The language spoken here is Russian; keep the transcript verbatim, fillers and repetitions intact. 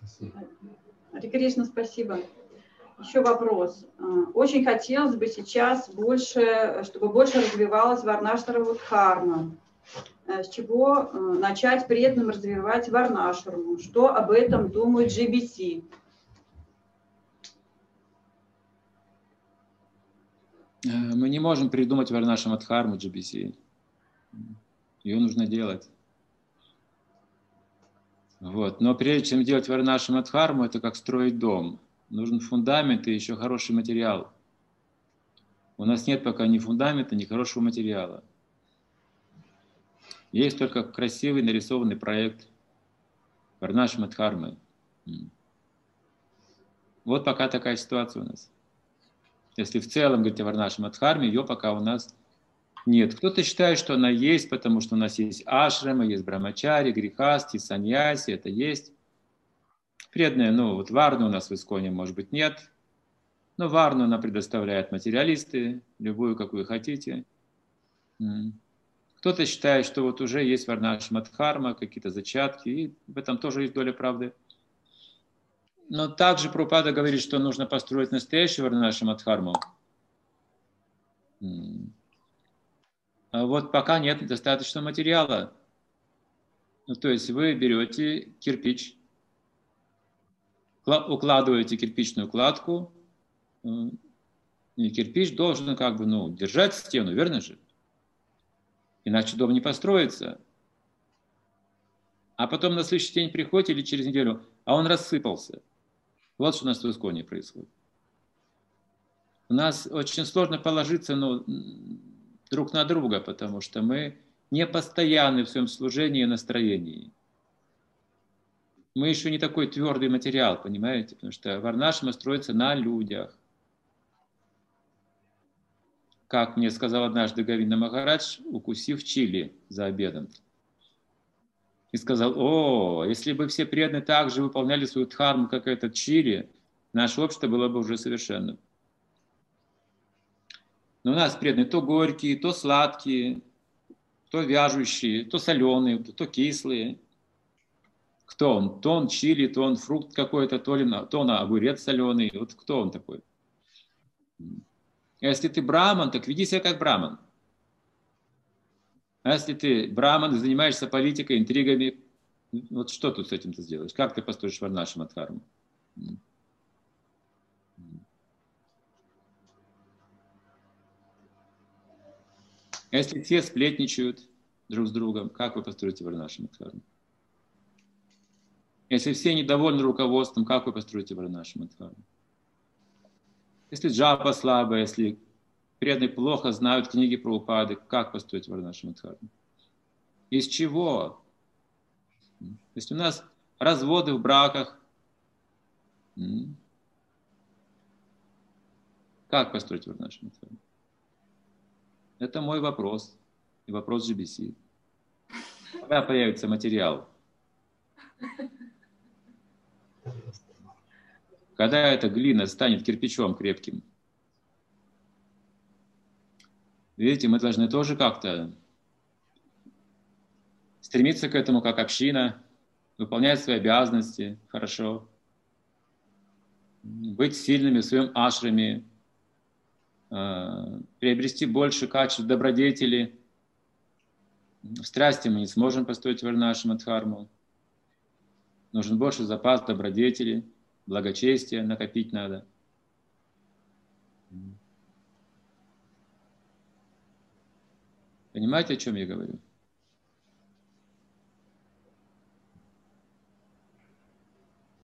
Харе Кришна, спасибо. Еще вопрос. Очень хотелось бы сейчас больше, чтобы больше развивалась варнашрама дхарма. С чего начать преданным развивать варнашраму? Что об этом думает джи би си? Мы не можем придумать варнашрама дхарму джи би си. Ее нужно делать. Вот. Но прежде чем делать варнашрама дхарму, это как строить дом. Нужен фундамент и еще хороший материал. У нас нет пока ни фундамента, ни хорошего материала. Есть только красивый нарисованный проект варнашрама дхармы. Вот пока такая ситуация у нас. Если в целом говорить о варнашрама дхарме, ее пока у нас нет. Кто-то считает, что она есть, потому что у нас есть ашрама, есть брамачари, грихасти, саньяси, это есть. Преданная, ну вот варна у нас в Исконе, может быть, нет. Но варну она предоставляет материалисты, любую, какую хотите. Кто-то считает, что вот уже есть варнашрама дхарма, какие-то зачатки, и в этом тоже есть доля правды. Но также Прабхупада говорит, что нужно построить настоящую варнашрама дхарму. А вот пока нет достаточно материала. Ну, то есть вы берете кирпич, укладываете кирпичную кладку, и кирпич должен как бы, ну, держать стену, верно же? Иначе дом не построится. А потом на следующий день приходите или через неделю, а он рассыпался. Вот что у нас в Исконе происходит. У нас очень сложно положиться, ну, друг на друга, потому что мы не постоянны в своем служении и настроении. Мы еще не такой твердый материал, понимаете? Потому что варнашрама строится на людях. Как мне сказал однажды Говинда Махарадж, укусив чили за обедом. И сказал: о, если бы все преданные так же выполняли свою дхарму, как этот чили, наше общество было бы уже совершенным. Но у нас преданные то горькие, то сладкие, то вяжущие, то соленые, то кислые. Кто он? То он чили, то он фрукт какой-то, то, ли, то он огурец соленый. Вот кто он такой? А если ты браман, так веди себя как браман. А если ты браман и занимаешься политикой, интригами, вот что тут с этим ты сделаешь? Как ты построишь варнашрама дхарму? А если все сплетничают друг с другом, как вы построите варнашрама дхарму? Если все недовольны руководством, как вы построите варнашрама дхарму? Если джапа слабая, если преданные плохо знают книги Прабхупады, как построить варнашрама дхарму? Из чего? Если у нас разводы в браках, как построить варнашрама дхарму? Это мой вопрос и вопрос джи би си. Когда появится материал? Когда эта глина станет кирпичом крепким? Видите, мы должны тоже как-то стремиться к этому как община, выполнять свои обязанности хорошо, быть сильными в своем ашраме, приобрести больше качеств добродетели. В страсти мы не сможем построить варнашрама дхарму. Нужен больше запас добродетели, благочестия накопить надо. Понимаете, о чем я говорю?